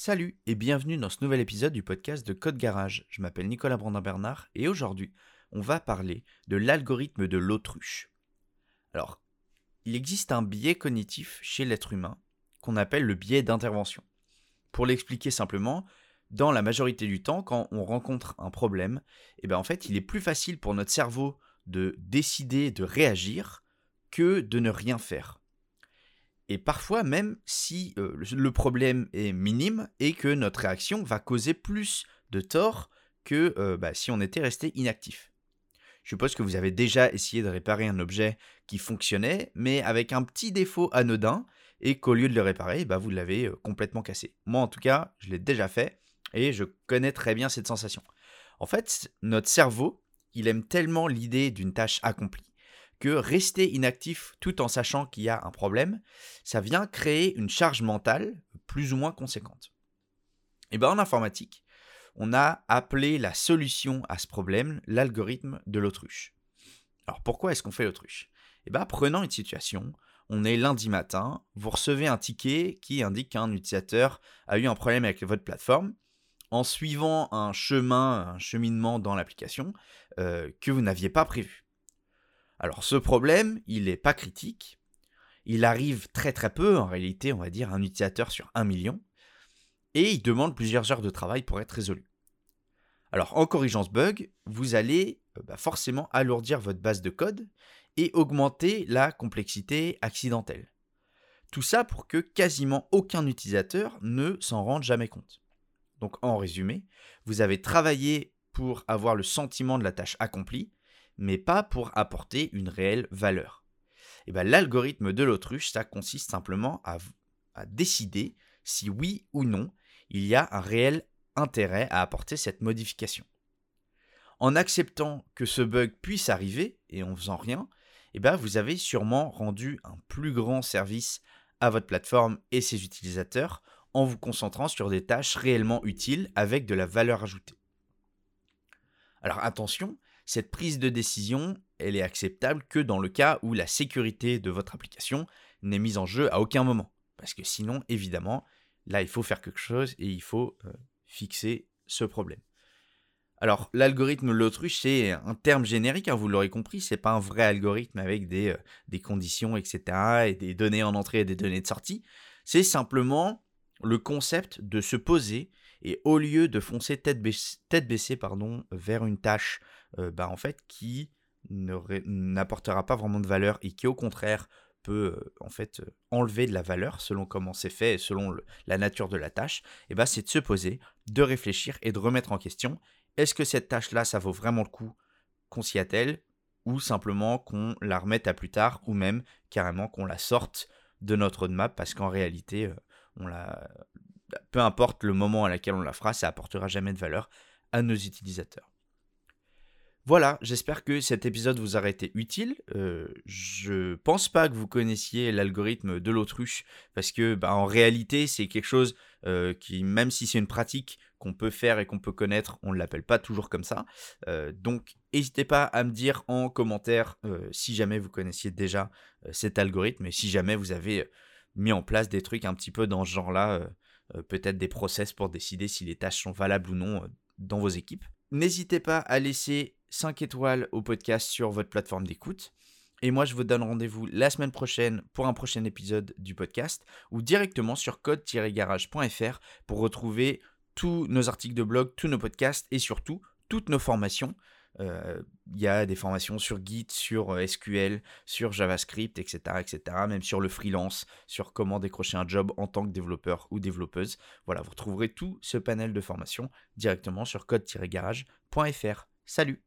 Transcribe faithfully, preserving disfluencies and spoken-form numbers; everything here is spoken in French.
Salut et bienvenue dans ce nouvel épisode du podcast de Code Garage. Je m'appelle Nicolas Brandin-Bernard et aujourd'hui, on va parler de l'algorithme de l'autruche. Alors, il existe un biais cognitif chez l'être humain qu'on appelle le biais d'intervention. Pour l'expliquer simplement, dans la majorité du temps, quand on rencontre un problème, eh ben en fait, il est plus facile pour notre cerveau de décider de réagir que de ne rien faire. Et parfois même si euh, le problème est minime et que notre réaction va causer plus de tort que euh, bah, si on était resté inactif. Je suppose que vous avez déjà essayé de réparer un objet qui fonctionnait, mais avec un petit défaut anodin, et qu'au lieu de le réparer, bah, vous l'avez euh, complètement cassé. Moi en tout cas, je l'ai déjà fait, et je connais très bien cette sensation. En fait, notre cerveau, il aime tellement l'idée d'une tâche accomplie, que rester inactif tout en sachant qu'il y a un problème, ça vient créer une charge mentale plus ou moins conséquente. Et bien en informatique, on a appelé la solution à ce problème l'algorithme de l'autruche. Alors pourquoi est-ce qu'on fait l'autruche ? Et bien prenons une situation, on est lundi matin, vous recevez un ticket qui indique qu'un utilisateur a eu un problème avec votre plateforme, en suivant un chemin, un cheminement dans l'application euh, que vous n'aviez pas prévu. Alors ce problème, il n'est pas critique, il arrive très très peu, en réalité on va dire un utilisateur sur un million, et il demande plusieurs heures de travail pour être résolu. Alors en corrigeant ce bug, vous allez euh, bah, forcément alourdir votre base de code et augmenter la complexité accidentelle. Tout ça pour que quasiment aucun utilisateur ne s'en rende jamais compte. Donc en résumé, vous avez travaillé pour avoir le sentiment de la tâche accomplie, mais pas pour apporter une réelle valeur. Et bien, l'algorithme de l'autruche, ça consiste simplement à, à décider si oui ou non il y a un réel intérêt à apporter cette modification. En acceptant que ce bug puisse arriver et en faisant rien, et bien, vous avez sûrement rendu un plus grand service à votre plateforme et ses utilisateurs en vous concentrant sur des tâches réellement utiles avec de la valeur ajoutée. Alors attention, cette prise de décision, elle est acceptable que dans le cas où la sécurité de votre application n'est mise en jeu à aucun moment. Parce que sinon, évidemment, là, il faut faire quelque chose et il faut euh, fixer ce problème. Alors, l'algorithme de l'autruche, c'est un terme générique, hein, vous l'aurez compris, c'est pas un vrai algorithme avec des, euh, des conditions, et cetera, et des données en entrée et des données de sortie. C'est simplement le concept de se poser et au lieu de foncer tête baissée, tête baissée pardon, vers une tâche euh, bah, en fait, qui n'apportera pas vraiment de valeur et qui au contraire peut euh, en fait euh, enlever de la valeur selon comment c'est fait et selon le, la nature de la tâche, et bah, c'est de se poser, de réfléchir et de remettre en question est-ce que cette tâche-là, ça vaut vraiment le coup qu'on s'y attelle ou simplement qu'on la remette à plus tard ou même carrément qu'on la sorte de notre roadmap parce qu'en réalité, euh, on la... peu importe le moment à laquelle on la fera, ça apportera jamais de valeur à nos utilisateurs. Voilà, j'espère que cet épisode vous aura été utile. Euh, je pense pas que vous connaissiez l'algorithme de l'autruche parce que, bah, en réalité, c'est quelque chose euh, qui, même si c'est une pratique qu'on peut faire et qu'on peut connaître, on ne l'appelle pas toujours comme ça. Euh, donc, n'hésitez pas à me dire en commentaire euh, si jamais vous connaissiez déjà euh, cet algorithme et si jamais vous avez mis en place des trucs un petit peu dans ce genre-là, euh, euh, peut-être des process pour décider si les tâches sont valables ou non euh, dans vos équipes. N'hésitez pas à laisser cinq étoiles au podcast sur votre plateforme d'écoute. Et moi, je vous donne rendez-vous la semaine prochaine pour un prochain épisode du podcast ou directement sur code tiret garage point f r pour retrouver tous nos articles de blog, tous nos podcasts et surtout toutes nos formations. Euh, il y a des formations sur Git, sur S Q L, sur JavaScript, et cetera, et cetera. Même sur le freelance, sur comment décrocher un job en tant que développeur ou développeuse. Voilà, vous retrouverez tout ce panel de formations directement sur code tiret garage point f r. Salut!